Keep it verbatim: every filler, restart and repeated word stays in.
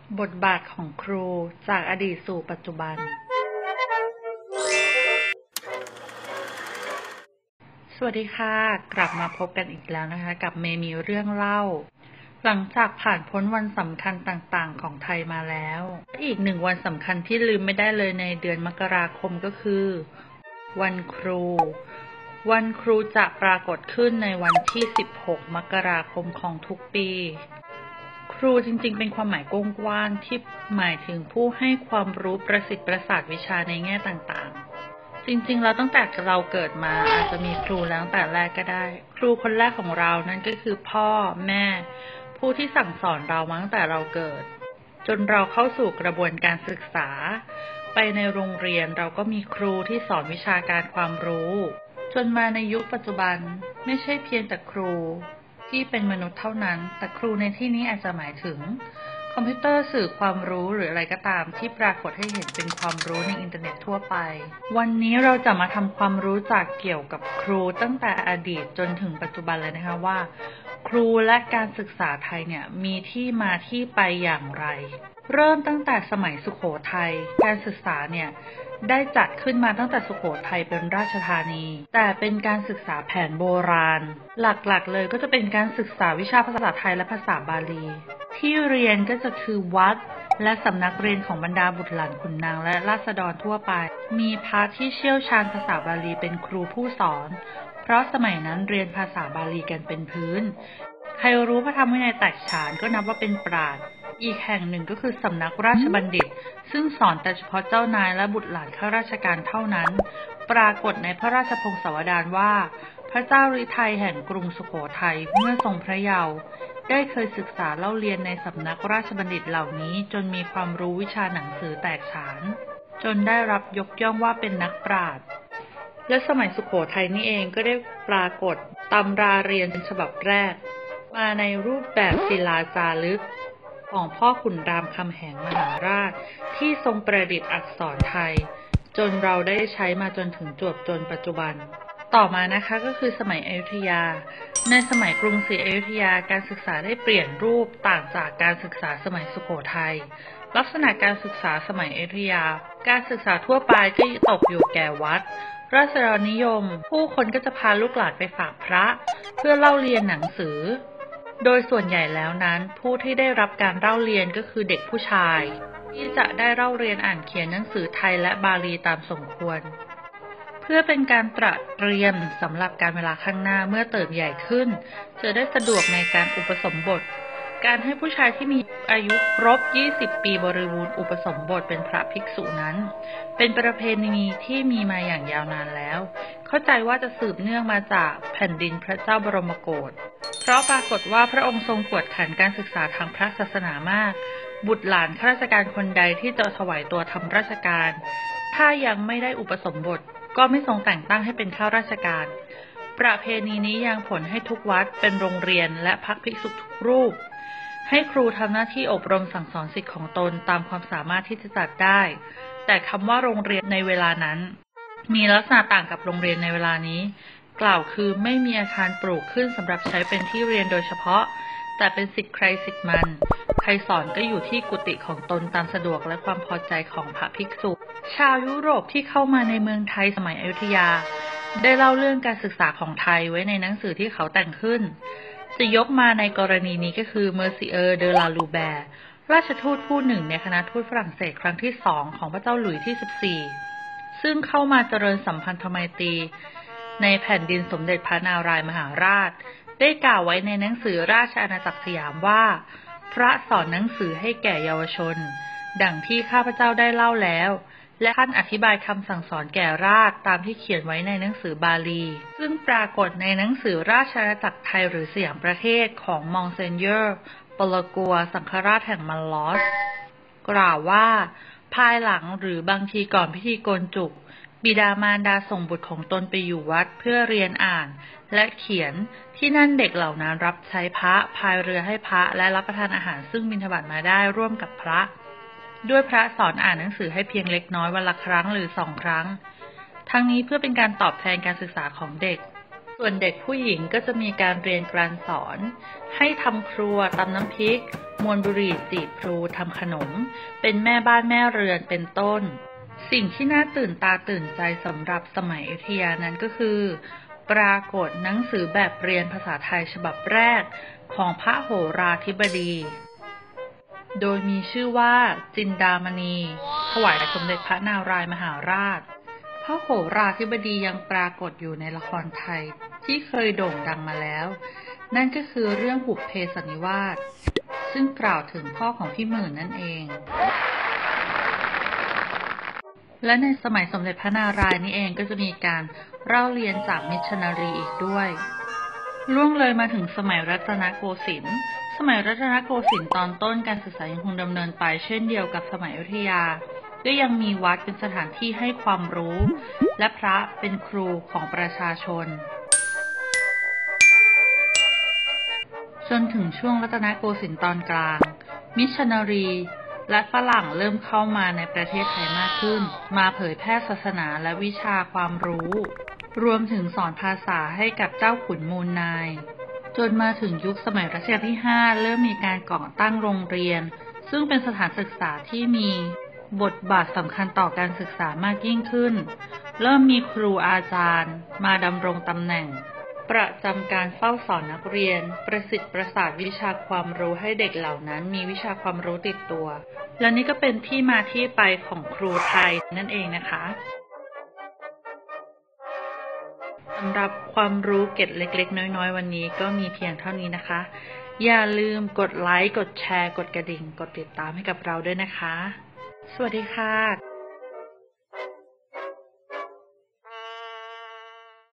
บทบาทของครูจากอดีตสู่ปัจจุบัน สวัสดีค่ะ กลับมาพบกันอีกแล้วนะคะกับเมย์มีเรื่องเล่า หลังจากผ่านพ้นวันสำคัญต่างๆของไทยมาแล้ว อีกหนึ่งวันสำคัญที่ลืมไม่ได้เลยในเดือนมกราคมก็คือ วันครู วันครูจะปรากฏขึ้นในวันที่สิบหกมกราคมของทุกปีครูจริงๆเป็นความหมายกว้างๆที่หมายถึงผู้ให้ความรู้ประสิทธิ์ประสาทวิชาในแง่ต่างๆจริงๆเราตั้งแต่เราเกิดมาอาจจะมีครูแล้วตั้งแต่แรกก็ได้ครูคนแรกของเรานั่นก็คือพ่อแม่ผู้ที่สั่งสอนเรามาตั้งแต่เราเกิดจนเราเข้าสู่กระบวนการศึกษาไปในโรงเรียนเราก็มีครูที่สอนวิชาการความรู้จนมาในยุคปัจจุบันไม่ใช่เพียงแต่ครูที่เป็นมนุษย์เท่านั้นแต่ครูในที่นี้อาจจะหมายถึงคอมพิวเตอร์สื่อความรู้หรืออะไรก็ตามที่ปรากฏให้เห็นเป็นความรู้ในอินเทอร์เน็ตทั่วไปวันนี้เราจะมาทำความรู้จักเกี่ยวกับครูตั้งแต่อดีตจนถึงปัจจุบันเลยนะคะว่าครูและการศึกษาไทยเนี่ยมีที่มาที่ไปอย่างไรเริ่มตั้งแต่สมัยสุโขทัยการศึกษาเนี่ยได้จัดขึ้นมาตั้งแต่สุโขทัยเป็นราชธานีแต่เป็นการศึกษาแผนโบราณหลักๆเลยก็จะเป็นการศึกษาวิชาภาษาไทยและภาษาบาลีที่เรียนก็จะคือวัดและสำนักเรียนของบรรดาบุตรหลานขุนนางและราษฎรทั่วไปมีพระที่เชี่ยวชาญภาษาบาลีเป็นครูผู้สอนเพราะสมัยนั้นเรียนภาษาบาลีกันเป็นพื้นใครรู้พระธรรมวินัยแตกฉานก็นับว่าเป็นปราชญ์อีกแห่งหนึ่งก็คือสำนักราชบัณฑิตซึ่งสอนแต่เฉพาะเจ้านายและบุตรหลานข้าราชการเท่านั้นปรากฏในพระราชพงศาวดารว่าพระเจ้าฤทัยแห่งกรุงสุโขทัยเมื่อทรงพระเยาว์ได้เคยศึกษาเล่าเรียนในสำนักราชบัณฑิตเหล่านี้จนมีความรู้วิชาหนังสือแตกฉานจนได้รับยกย่องว่าเป็นนักปราชญ์และสมัยสุโขทัยนี่เองก็ได้ปรากฏตำราเรียนเป็นฉบับแรกมาในรูปแบบศิลาจารึกของพ่อขุนรามคำแหงมหาราชที่ทรงประดิษฐ์อักษรไทยจนเราได้ใช้มาจนถึงจวบจนปัจจุบันต่อมานะคะก็คือสมัยอยุธยาในสมัยกรุงศรีอยุธยาการศึกษาได้เปลี่ยนรูปต่างจากการศึกษาสมัยสุโขทัยลักษณะการศึกษาสมัยอยุธยาการศึกษาทั่วไปก็ตกอยู่แก่วัดราษฎรนิยมผู้คนก็จะพาลูกหลานไปฝากพระเพื่อเล่าเรียนหนังสือโดยส่วนใหญ่แล้วนั้นผู้ที่ได้รับการเล่าเรียนก็คือเด็กผู้ชายที่จะได้เล่าเรียนอ่านเขียนหนังสือไทยและบาลีตามสมควรเพื่อเป็นการตระเตรียมสำหรับการเวลาข้างหน้าเมื่อเติบใหญ่ขึ้นจะได้สะดวกในการอุปสมบทการให้ผู้ชายที่มีอายุครบยี่สิบปีบริบูรณ์อุปสมบทเป็นพระภิกษุนั้นเป็นประเพณีที่มีมาอย่างยาวนานแล้วเข้าใจว่าจะสืบเนื่องมาจากแผ่นดินพระเจ้าบรมโกศเพราะปรากฏว่าพระองค์ทรงกวดขันการศึกษาทางพระศาสนามากบุตรหลานข้าราชการคนใดที่จะถวายตัวทำราชการถ้ายังไม่ได้อุปสมบทก็ไม่ทรงแต่งตั้งให้เป็นข้าราชการประเพณีนี้ยังผลให้ทุกวัดเป็นโรงเรียนและพักภิกษุทุกรูปให้ครูทำหน้าที่อบรมสั่งสอนศิษย์ของตนตามความสามารถที่จะจัดได้แต่คำว่าโรงเรียนในเวลานั้นมีลักษณะต่างกับโรงเรียนในเวลานี้กล่าวคือไม่มีอาคารปลูกขึ้นสำหรับใช้เป็นที่เรียนโดยเฉพาะแต่เป็นศิษย์ใครศิษย์มันใครสอนก็อยู่ที่กุฏิของตนตามสะดวกและความพอใจของพระภิกษุชาวยุโรปที่เข้ามาในเมืองไทยสมัยอยุธยาได้เล่าเรื่องการศึกษาของไทยไว้ในหนังสือที่เขาแต่งขึ้นจะยกมาในกรณีนี้ก็คือเมอร์ซิเออร์เดลาลูแบร์ราชทูตผู้หนึ่งในคณะทูตฝรั่งเศสครั้งที่สองของพระเจ้าหลุยส์ที่สิบสี่ซึ่งเข้ามาเจริญสัมพันธไมตรีในแผ่นดินสมเด็จพระนารายมหาราชได้กล่าวไว้ในหนังสือราชอาณาจักรสยามว่าพระสอนหนังสือให้แก่เยาวชนดังที่ข้าพเจ้าได้เล่าแล้วและท่านอธิบายคำสั่งสอนแก่ราษฎรตามที่เขียนไว้ในหนังสือบาลีซึ่งปรากฏในหนังสือราชอาณาจักรไทยหรือสยามประเทศของมองเซนเยอร์ปลกัวสังฆราชแห่งมัลลอสกล่าวว่าภายหลังหรือบางทีก่อนพิธีโกนจุกบิดามารดาส่งบุตรของตนไปอยู่วัดเพื่อเรียนอ่านและเขียนที่นั่นเด็กเหล่านั้นรับใช้พระพายเรือให้พระและรับประทานอาหารซึ่งบิณฑบาตมาได้ร่วมกับพระด้วยพระสอนอ่านหนังสือให้เพียงเล็กน้อยวันละครั้งหรือสองครั้งทั้งนี้เพื่อเป็นการตอบแทนการศึกษาของเด็กส่วนเด็กผู้หญิงก็จะมีการเรียนการสอน ให้ทำครัวตำน้ำพริกมวนบุหรี่จีบพลูทำขนม เป็นแม่บ้านแม่เรือนเป็นต้น สิ่งที่น่าตื่นตาตื่นใจสำหรับสมัยอยุธยานั้นก็คือ ปรากฏหนังสือแบบเรียนภาษาไทยฉบับแรกของพระโหราธิบดี โดยมีชื่อว่าจินดามณีถวายสมเด็จพระนารายมหาราชพระโหราธิบดียังปรากฏอยู่ในละครไทยที่เคยโด่งดังมาแล้ว นั่นก็คือเรื่องบุพเพสันนิวาสซึ่งกล่าวถึงพ่อของพี่หมื่นนั่นเอง และในสมัยสมเด็จพระนารายณ์นี่เองก็จะมีการเล่าเรียนจากมิชชันนารีอีกด้วยล่วงเลยมาถึงสมัยรัตนโกสินทร์สมัยรัตนโกสินทร์ตอนต้นการศึกษายังคงดำเนินไปเช่นเดียวกับสมัยอยุธยาก็ยังมีวัดเป็นสถานที่ให้ความรู้และพระเป็นครูของประชาชนจนถึงช่วงรัตนโกสินทร์ตอนกลางมิชชันนารีและฝรั่งเริ่มเข้ามาในประเทศไทยมากขึ้นมาเผยแพร่ศาสนาและวิชาความรู้รวมถึงสอนภาษาให้กับเจ้าขุนมูลนายจนมาถึงยุคสมัยรัชกาลที่ห้าเริ่มมีการก่อตั้งโรงเรียนซึ่งเป็นสถานศึกษาที่มีบทบาทสำคัญต่อการศึกษามากยิ่งขึ้นเริ่มมีครูอาจารย์มาดำรงตำแหน่งประจำการเฝ้าสอนนักเรียนประสิทธิ์ประสาทวิชาความรู้ให้เด็กเหล่านั้นมีวิชาความรู้ติดตัวและนี่ก็เป็นที่มาที่ไปของครูไทยนั่นเองนะคะสำหรับความรู้เกร็ดเล็กๆน้อยๆวันนี้ก็มีเพียงเท่านี้นะคะอย่าลืมกดไลค์กดแชร์กดกระดิ่งกดติดตามให้กับเราด้วยนะคะสวัสดีค่ะ